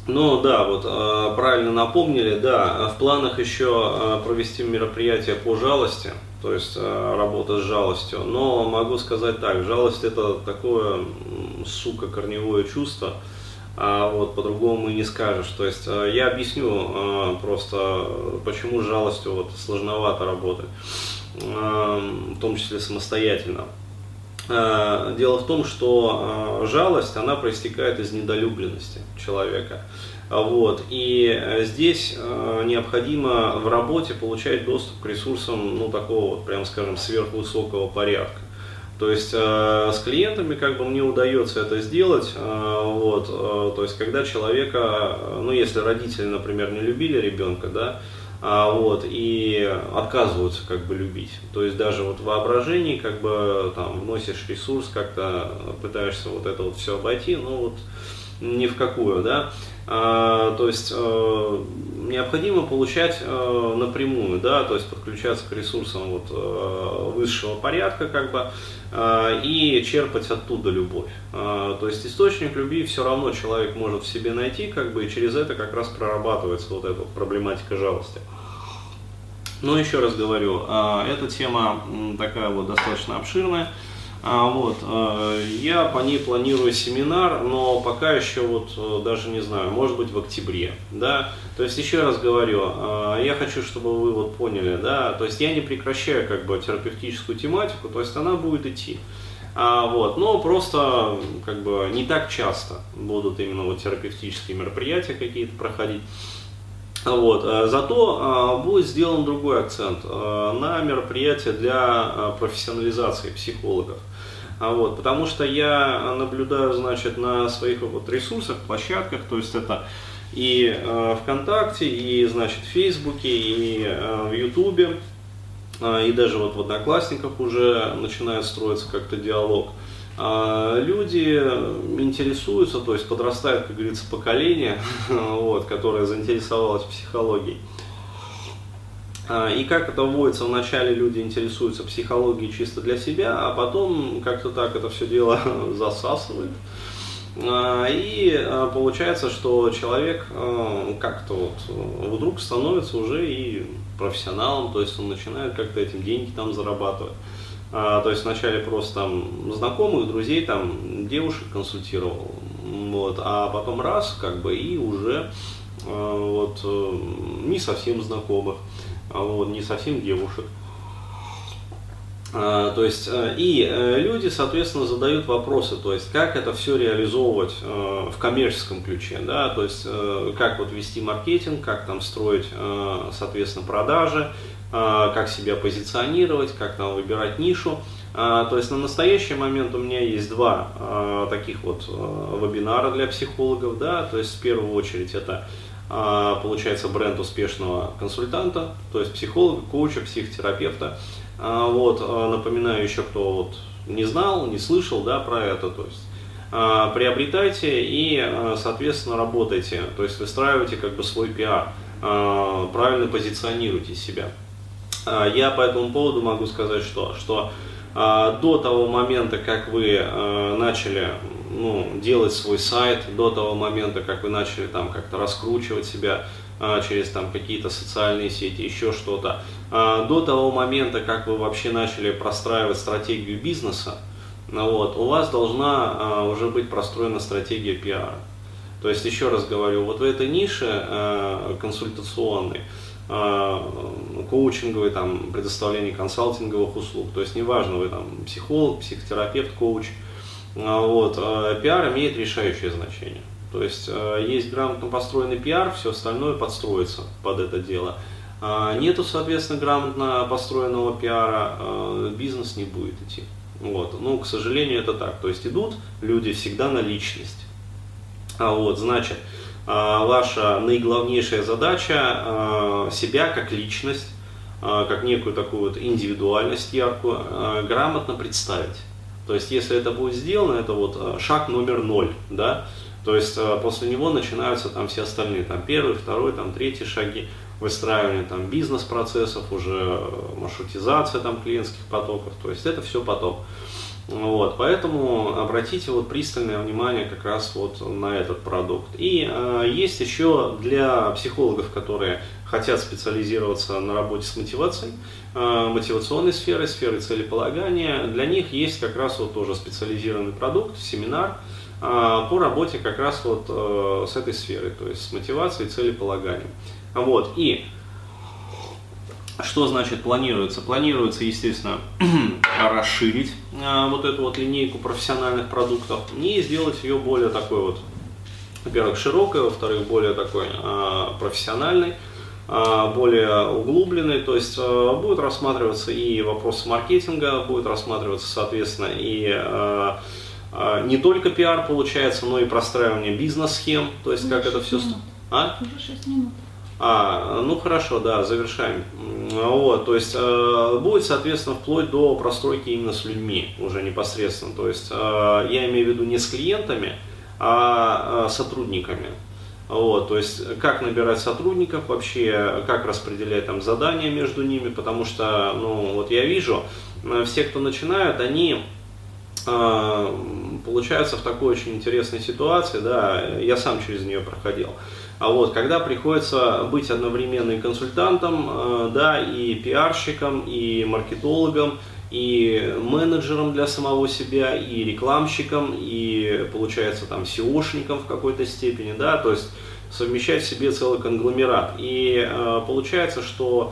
Ну да, вот правильно напомнили, да, в планах еще провести мероприятие по жалости, то есть работа с жалостью, но могу сказать так, жалость это такое, сука, корневое чувство, вот по-другому и не скажешь, то есть я объясню просто, почему с жалостью вот сложновато работать, в том числе самостоятельно. Дело в том, что жалость, она проистекает из недолюбленности человека. Вот. И здесь необходимо в работе получать доступ к ресурсам, ну, такого, вот, прям скажем, сверхвысокого порядка. То есть с клиентами как бы мне удается это сделать, вот, то есть когда человека, ну если родители, например, не любили ребенка, да, вот, и отказываются как бы любить. То есть даже вот в воображении как бы там вносишь ресурс, как-то пытаешься вот это вот все обойти, ну вот ни в какую, да. То есть необходимо получать напрямую, да, то есть подключаться к ресурсам вот, высшего порядка как бы и черпать оттуда любовь. То есть источник любви все равно человек может в себе найти, как бы, и через это как раз прорабатывается вот эта проблематика жалости. Но еще раз говорю, эта тема такая вот достаточно обширная. Вот, я по ней планирую семинар, но пока еще вот даже не знаю, может быть в октябре, да, то есть еще раз говорю, я хочу, чтобы вы вот поняли, да, то есть я не прекращаю как бы терапевтическую тематику, то есть она будет идти, вот, но просто как бы не так часто будут именно вот терапевтические мероприятия какие-то проходить. Вот. Зато будет сделан другой акцент на мероприятия для профессионализации психологов. Вот. Потому что я наблюдаю, значит, на своих вот ресурсах, площадках, то есть это и ВКонтакте, и, значит, в Фейсбуке, и в Ютубе, и даже вот в Одноклассниках уже начинает строиться как-то диалог. Люди интересуются, то есть подрастает, как говорится, поколение, вот, которое заинтересовалось психологией. И как это вводится, вначале люди интересуются психологией чисто для себя, а потом как-то так это все дело засасывает. И получается, что человек как-то вот вдруг становится уже и профессионалом, то есть он начинает как-то этим деньги там зарабатывать. То есть вначале просто там знакомых, друзей, там девушек консультировал, вот, а потом раз, как бы, и уже вот не совсем знакомых, вот, не совсем девушек. То есть и люди, соответственно, задают вопросы, то есть как это все реализовывать в коммерческом ключе, да, то есть как вот вести маркетинг, как там строить, соответственно, продажи, как себя позиционировать, как там выбирать нишу. То есть на настоящий момент у меня есть два таких вот вебинара для психологов, да, то есть в первую очередь это получается бренд успешного консультанта, то есть психолога, коуча, психотерапевта. Вот, напоминаю еще, кто вот не знал, не слышал, да, про это, то есть приобретайте и, соответственно, работайте, то есть выстраивайте как бы свой пиар, правильно позиционируйте себя. Я по этому поводу могу сказать, что до того момента, как вы начали делать свой сайт, до того момента, как вы начали там как-то раскручивать себя через там какие-то социальные сети, еще что-то, до того момента, как вы вообще начали простраивать стратегию бизнеса, вот, у вас должна уже быть простроена стратегия пиара. То есть, еще раз говорю, вот в этой нише консультационной, коучинговой, там, предоставление консалтинговых услуг, то есть неважно, вы там психолог, психотерапевт, коуч, вот, пиар имеет решающее значение. То есть есть грамотно построенный пиар, все остальное подстроится под это дело. Нету, соответственно, грамотно построенного пиара, бизнес не будет идти. Вот. Ну, к сожалению, это так. То есть идут люди всегда на личность. Вот, значит, ваша наиглавнейшая задача себя как личность, как некую такую вот индивидуальность яркую, грамотно представить. То есть, если это будет сделано, это вот шаг номер 0, да, то есть после него начинаются там все остальные, там первый, второй, там третий шаги, выстраивание там бизнес-процессов, уже маршрутизация там клиентских потоков, то есть это все потом. Вот, поэтому обратите вот пристальное внимание как раз вот на этот продукт. И есть еще для психологов, которые хотят специализироваться на работе с мотивацией, мотивационной сферой, сферой целеполагания, для них есть как раз вот тоже специализированный продукт, семинар по работе как раз вот с этой сферой, то есть с мотивацией и целеполаганием. Вот, и что значит планируется? Планируется, естественно, расширить вот эту вот линейку профессиональных продуктов и сделать ее более такой вот, во-первых, широкой, во-вторых, более такой профессиональной, более углубленной, то есть будет рассматриваться и вопросы маркетинга, будет рассматриваться, соответственно, и не только пиар получается, но и простраивание бизнес-схем, то есть как это все... Уже 6 минут. Ну хорошо, да, завершаем. Вот, то есть будет, соответственно, вплоть до простройки именно с людьми уже непосредственно. То есть я имею в виду не с клиентами, а сотрудниками. Вот, то есть как набирать сотрудников вообще, как распределять там задания между ними, потому что, ну, вот я вижу, все, кто начинают, они получаются в такой очень интересной ситуации, да, я сам через нее проходил. А вот, когда приходится быть одновременно и консультантом, да, и пиарщиком, и маркетологом, и менеджером для самого себя, и рекламщиком, и, получается, там, SEOшником в какой-то степени, да, то есть совмещать в себе целый конгломерат. И получается, что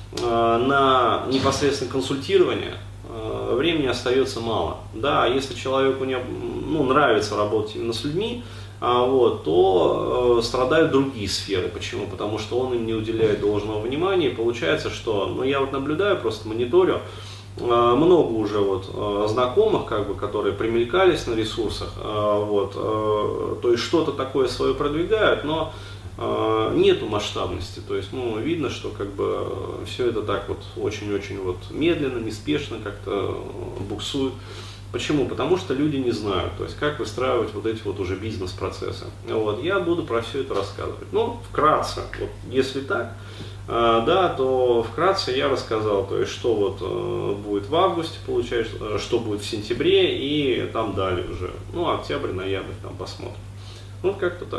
на непосредственно консультирование времени остается мало. Да, если человеку нравится работать именно с людьми, вот, то страдают другие сферы. Почему? Потому что он им не уделяет должного внимания. И получается, что, я вот наблюдаю, просто мониторю, много уже вот знакомых, как бы, которые примелькались на ресурсах, вот, то есть что-то такое свое продвигают, но нету масштабности, то есть, видно, что как бы все это так вот очень-очень вот медленно, неспешно как-то буксует. Почему? Потому что люди не знают, то есть как выстраивать вот эти вот уже бизнес-процессы. Вот, я буду про все это рассказывать. Вкратце, вот, если так, да, то вкратце я рассказал, то есть что вот будет в августе, получается, что будет в сентябре и там далее уже, октябрь, ноябрь, там посмотрим. Вот как-то так.